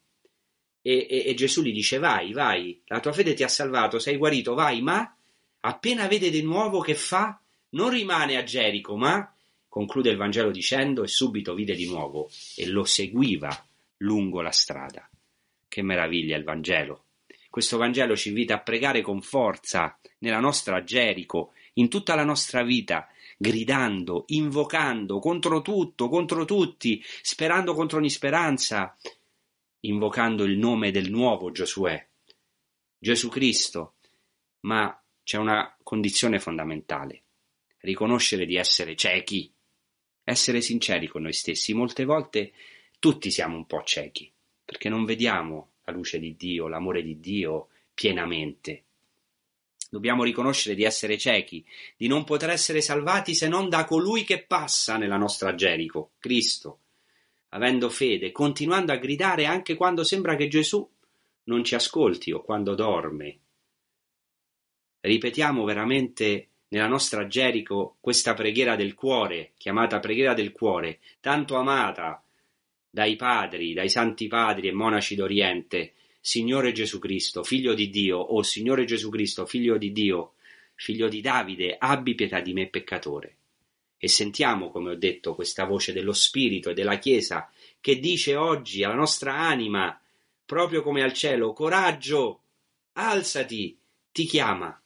E Gesù gli dice: vai, la tua fede ti ha salvato, sei guarito, vai. Ma appena vede di nuovo, che fa? Non rimane a Gerico, ma conclude il Vangelo dicendo: e subito vide di nuovo e lo seguiva lungo la strada. Che meraviglia il Vangelo! Questo Vangelo ci invita a pregare con forza nella nostra Gerico, in tutta la nostra vita, gridando, invocando contro tutto, contro tutti, sperando contro ogni speranza, invocando il nome del nuovo Giosuè, Gesù Cristo. Ma c'è una condizione fondamentale: riconoscere di essere ciechi, essere sinceri con noi stessi. Molte volte tutti siamo un po' ciechi, perché non vediamo la luce di Dio, l'amore di Dio pienamente. Dobbiamo riconoscere di essere ciechi, di non poter essere salvati se non da colui che passa nella nostra Gerico, Cristo, avendo fede, continuando a gridare anche quando sembra che Gesù non ci ascolti o quando dorme. Ripetiamo veramente nella nostra Gerico questa preghiera del cuore, chiamata preghiera del cuore, tanto amata dai padri, dai santi padri e monaci d'Oriente: Signore Gesù Cristo, figlio di Dio, o Signore Gesù Cristo, figlio di Dio, figlio di Davide, abbi pietà di me peccatore. E sentiamo, come ho detto, questa voce dello Spirito e della Chiesa che dice oggi alla nostra anima, proprio come al cielo: coraggio, alzati, ti chiama.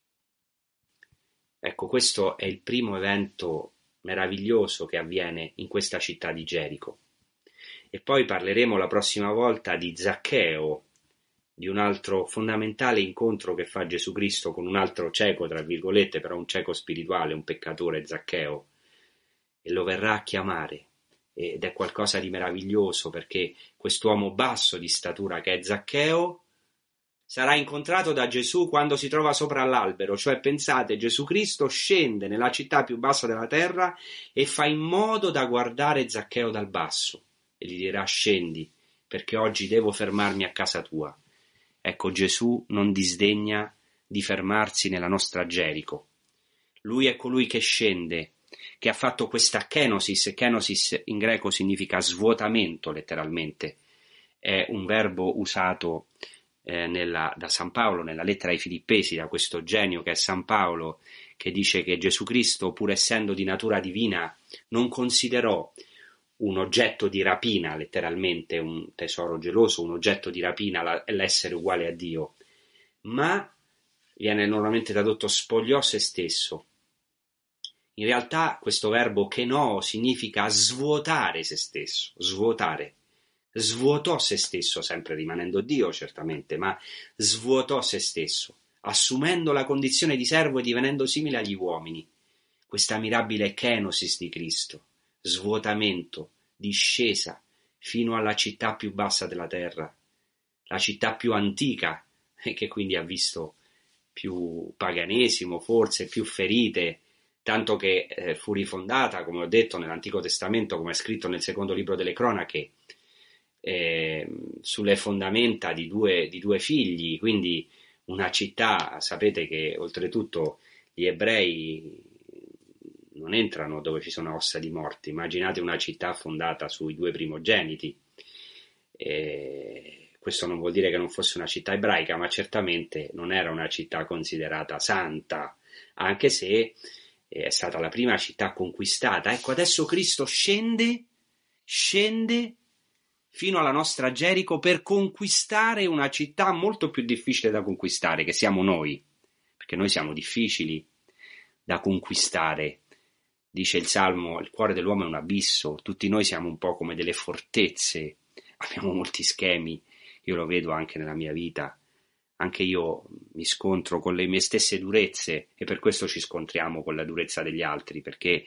Ecco, questo è il primo evento meraviglioso che avviene in questa città di Gerico. E poi parleremo la prossima volta di Zaccheo, di un altro fondamentale incontro che fa Gesù Cristo con un altro cieco, tra virgolette, però un cieco spirituale, un peccatore, Zaccheo, e lo verrà a chiamare. Ed è qualcosa di meraviglioso, perché quest'uomo basso di statura che è Zaccheo sarà incontrato da Gesù quando si trova sopra l'albero. Cioè, pensate, Gesù Cristo scende nella città più bassa della terra e fa in modo da guardare Zaccheo dal basso e gli dirà: scendi, perché oggi devo fermarmi a casa tua. Ecco, Gesù non disdegna di fermarsi nella nostra Gerico. Lui è colui che scende, che ha fatto questa kenosis. Kenosis in greco significa svuotamento, letteralmente. È un verbo usato da San Paolo nella lettera ai Filippesi, da questo genio che è San Paolo, che dice che Gesù Cristo, pur essendo di natura divina, non considerò un oggetto di rapina, letteralmente un tesoro geloso, un oggetto di rapina l'essere uguale a Dio, ma viene normalmente tradotto spogliò se stesso. In realtà questo verbo keno significa svuotare se stesso, svuotare. Svuotò se stesso, sempre rimanendo Dio certamente, ma svuotò se stesso, assumendo la condizione di servo e divenendo simile agli uomini. Questa mirabile kenosis di Cristo, svuotamento, discesa fino alla città più bassa della terra, la città più antica, e che quindi ha visto più paganesimo, forse più ferite, tanto che fu rifondata, come ho detto, nell'Antico Testamento, come è scritto nel secondo libro delle Cronache, sulle fondamenta di due figli. Quindi una città, sapete che oltretutto gli ebrei non entrano dove ci sono ossa di morti. Immaginate una città fondata sui due primogeniti. Questo non vuol dire che non fosse una città ebraica, ma certamente non era una città considerata santa, anche se è stata la prima città conquistata. Ecco, adesso Cristo scende fino alla nostra Gerico per conquistare una città molto più difficile da conquistare, che siamo noi, perché noi siamo difficili da conquistare. Dice il Salmo: il cuore dell'uomo è un abisso, tutti noi siamo un po' come delle fortezze abbiamo molti schemi, io lo vedo anche nella mia vita, anche io mi scontro con le mie stesse durezze e per questo ci scontriamo con la durezza degli altri, perché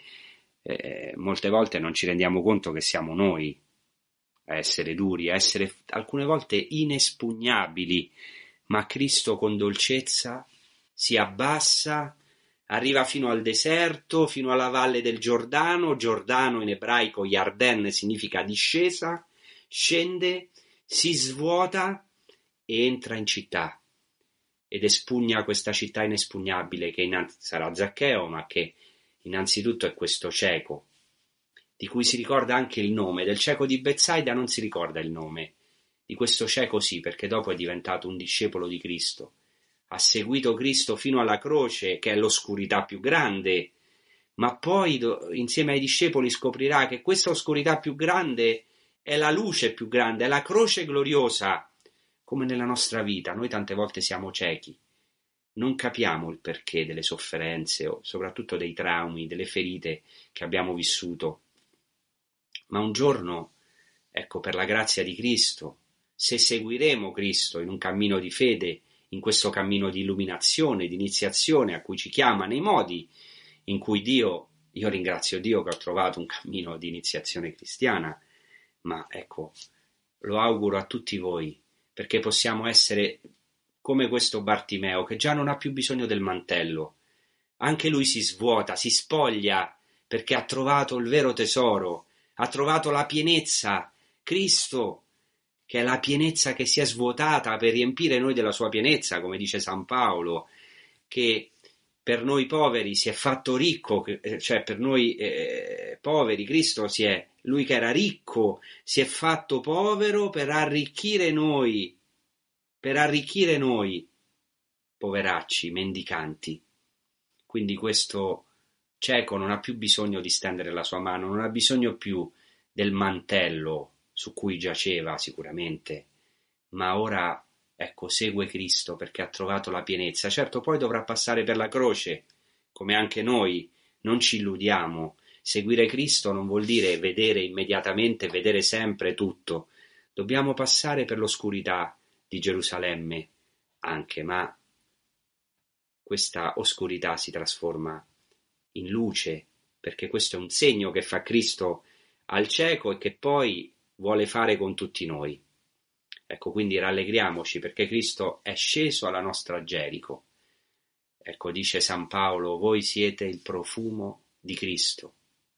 molte volte non ci rendiamo conto che siamo noi a essere duri, a essere alcune volte inespugnabili, ma Cristo con dolcezza si abbassa, arriva fino al deserto, fino alla valle del Giordano. Giordano in ebraico Yarden significa discesa, scende, si svuota e entra in città ed espugna questa città inespugnabile che sarà Zaccheo, ma che innanzitutto è questo cieco, di cui si ricorda anche il nome. Del cieco di Betsaida non si ricorda il nome, di questo cieco sì, perché dopo è diventato un discepolo di Cristo, ha seguito Cristo fino alla croce, che è l'oscurità più grande, ma poi insieme ai discepoli scoprirà che questa oscurità più grande è la luce più grande, è la croce gloriosa. Come nella nostra vita, noi tante volte siamo ciechi, non capiamo il perché delle sofferenze o soprattutto dei traumi, delle ferite che abbiamo vissuto. Ma un giorno, ecco, per la grazia di Cristo, se seguiremo Cristo in un cammino di fede, in questo cammino di illuminazione, di iniziazione a cui ci chiama, nei modi in cui io ringrazio Dio che ho trovato un cammino di iniziazione cristiana, ma ecco, lo auguro a tutti voi, perché possiamo essere come questo Bartimeo, che già non ha più bisogno del mantello. Anche lui si svuota, si spoglia, perché ha trovato il vero tesoro, ha trovato la pienezza, Cristo, che è la pienezza che si è svuotata per riempire noi della sua pienezza, come dice San Paolo, che per noi poveri si è fatto ricco, cioè per noi poveri Cristo lui che era ricco, si è fatto povero per arricchire noi, poveracci, mendicanti. Quindi questo cieco non ha più bisogno di stendere la sua mano, non ha bisogno più del mantello su cui giaceva sicuramente, ma ora, ecco, segue Cristo perché ha trovato la pienezza. Certo, poi dovrà passare per la croce, come anche noi, non ci illudiamo. Seguire Cristo non vuol dire vedere immediatamente, vedere sempre tutto. Dobbiamo passare per l'oscurità di Gerusalemme anche, ma questa oscurità si trasforma in luce, perché questo è un segno che fa Cristo al cieco e che poi vuole fare con tutti noi. Ecco, quindi rallegriamoci perché Cristo è sceso alla nostra Gerico. Ecco, dice San Paolo, voi siete il profumo di Cristo.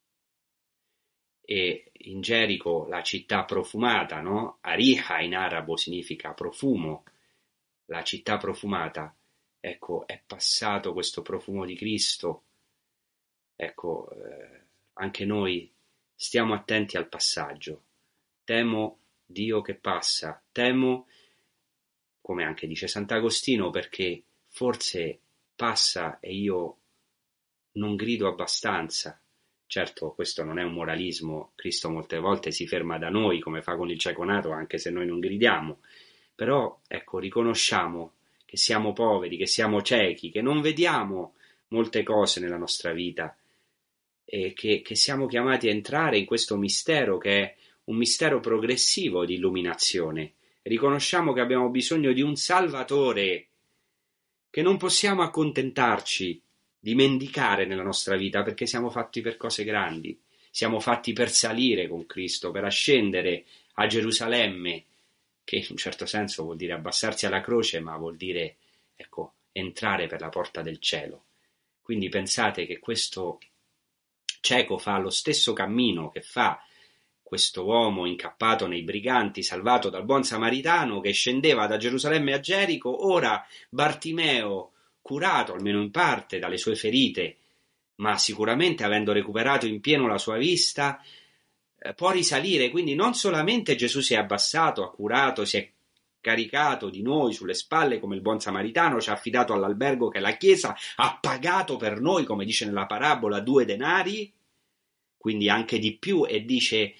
E in Gerico la città profumata, no? Ariha in arabo significa profumo, la città profumata. Ecco, è passato questo profumo di Cristo. Ecco, anche noi stiamo attenti al passaggio. Temo Dio che passa, temo, come anche dice Sant'Agostino, perché forse passa e io non grido abbastanza. Certo, questo non è un moralismo, Cristo molte volte si ferma da noi, come fa con il cieco nato, anche se noi non gridiamo. Però, ecco, riconosciamo che siamo poveri, che siamo ciechi, che non vediamo molte cose nella nostra vita e che siamo chiamati a entrare in questo mistero che è un mistero progressivo di illuminazione. Riconosciamo che abbiamo bisogno di un Salvatore, che non possiamo accontentarci di mendicare nella nostra vita perché siamo fatti per cose grandi, siamo fatti per salire con Cristo, per ascendere a Gerusalemme, che in un certo senso vuol dire abbassarsi alla croce, ma vuol dire, ecco, entrare per la porta del cielo. Quindi pensate che questo cieco fa lo stesso cammino che fa questo uomo incappato nei briganti, salvato dal buon samaritano che scendeva da Gerusalemme a Gerico. Ora Bartimeo, curato almeno in parte dalle sue ferite, ma sicuramente avendo recuperato in pieno la sua vista, può risalire. Quindi non solamente Gesù si è abbassato, ha curato, si è caricato di noi sulle spalle come il buon samaritano, ci ha affidato all'albergo che è la Chiesa, ha pagato per noi, come dice nella parabola, 2 denari, quindi anche di più, e dice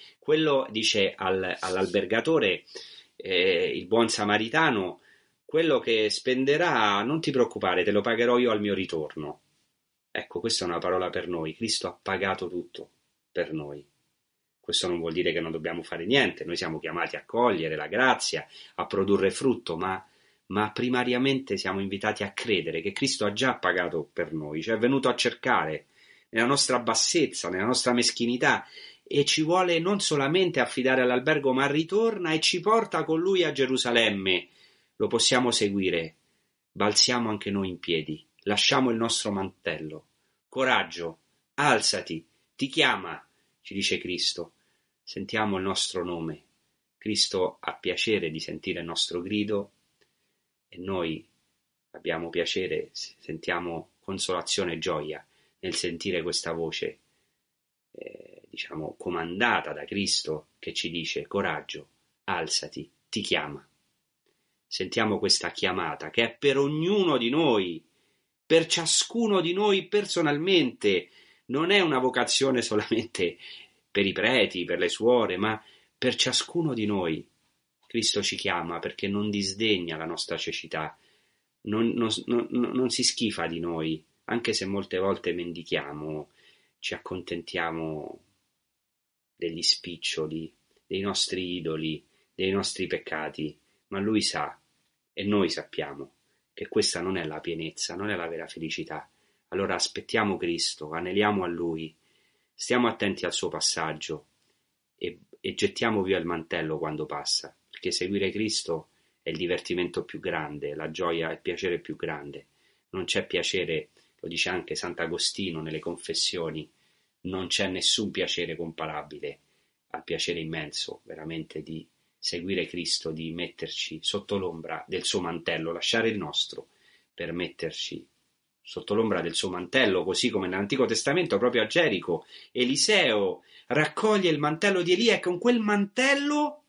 all'albergatore, il buon samaritano, quello che spenderà non ti preoccupare, te lo pagherò io al mio ritorno. Ecco, questa è una parola per noi. Cristo ha pagato tutto per noi. Questo non vuol dire che non dobbiamo fare niente, noi siamo chiamati a cogliere la grazia, a produrre frutto, ma primariamente siamo invitati a credere che Cristo ha già pagato per noi, cioè è venuto a cercare nella nostra bassezza, nella nostra meschinità, e ci vuole non solamente affidare all'albergo, ma ritorna e ci porta con lui a Gerusalemme. Lo possiamo seguire, balziamo anche noi in piedi, lasciamo il nostro mantello. Coraggio, alzati, ti chiama, ci dice Cristo. Sentiamo il nostro nome. Cristo ha piacere di sentire il nostro grido e noi abbiamo piacere, sentiamo consolazione e gioia nel sentire questa voce, comandata da Cristo, che ci dice: coraggio, alzati, ti chiama. Sentiamo questa chiamata che è per ognuno di noi, per ciascuno di noi personalmente. Non è una vocazione solamente per i preti, per le suore, ma per ciascuno di noi. Cristo ci chiama perché non disdegna la nostra cecità, non si schifa di noi, anche se molte volte mendichiamo, ci accontentiamo degli spiccioli, dei nostri idoli, dei nostri peccati, ma Lui sa, e noi sappiamo, che questa non è la pienezza, non è la vera felicità. Allora aspettiamo Cristo, aneliamo a Lui, stiamo attenti al suo passaggio e gettiamo via il mantello quando passa, perché seguire Cristo è il divertimento più grande, la gioia e il piacere più grande. Non c'è piacere, lo dice anche Sant'Agostino nelle Confessioni, non c'è nessun piacere comparabile al piacere immenso veramente di seguire Cristo, di metterci sotto l'ombra del suo mantello, lasciare il nostro per metterci sotto l'ombra del suo mantello, così come nell'Antico Testamento proprio a Gerico Eliseo raccoglie il mantello di Elia e con quel mantello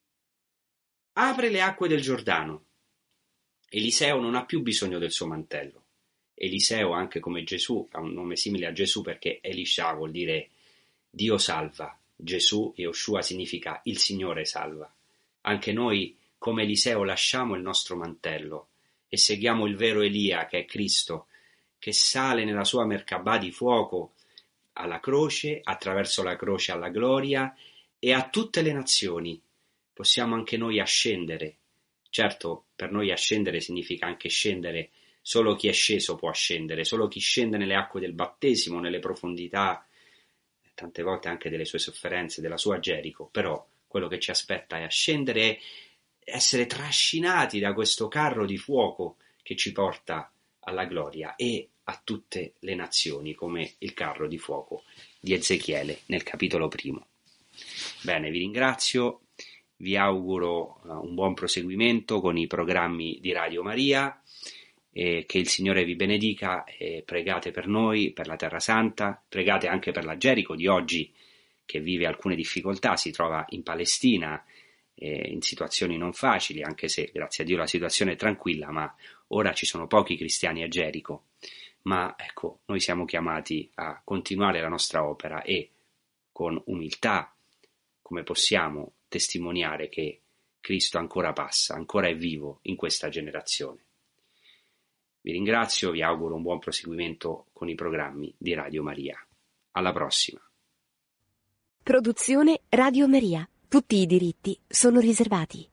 apre le acque del Giordano. Eliseo non ha più bisogno del suo mantello. Eliseo, anche come Gesù, ha un nome simile a Gesù perché Elisha vuol dire Dio salva. Gesù, Yoshua, significa il Signore salva. Anche noi, come Eliseo, lasciamo il nostro mantello e seguiamo il vero Elia, che è Cristo, che sale nella sua Merkabah di fuoco alla croce, attraverso la croce alla gloria e a tutte le nazioni. Possiamo anche noi ascendere. Certo, per noi ascendere significa anche scendere. Solo chi è sceso può ascendere, solo chi scende nelle acque del battesimo, nelle profondità, tante volte anche delle sue sofferenze, della sua Gerico. Però quello che ci aspetta è ascendere e essere trascinati da questo carro di fuoco che ci porta alla gloria e a tutte le nazioni, come il carro di fuoco di Ezechiele nel capitolo 1. Bene, vi ringrazio, vi auguro un buon proseguimento con i programmi di Radio Maria, e che il Signore vi benedica, e pregate per noi, per la Terra Santa, pregate anche per la Gerico di oggi che vive alcune difficoltà, si trova in Palestina in situazioni non facili, anche se grazie a Dio la situazione è tranquilla, ma ora ci sono pochi cristiani a Gerico. Ma ecco, noi siamo chiamati a continuare la nostra opera e con umiltà, come possiamo, testimoniare che Cristo ancora passa, ancora è vivo in questa generazione. Vi ringrazio, vi auguro un buon proseguimento con i programmi di Radio Maria. Alla prossima. Produzione Radio Maria. Tutti i diritti sono riservati.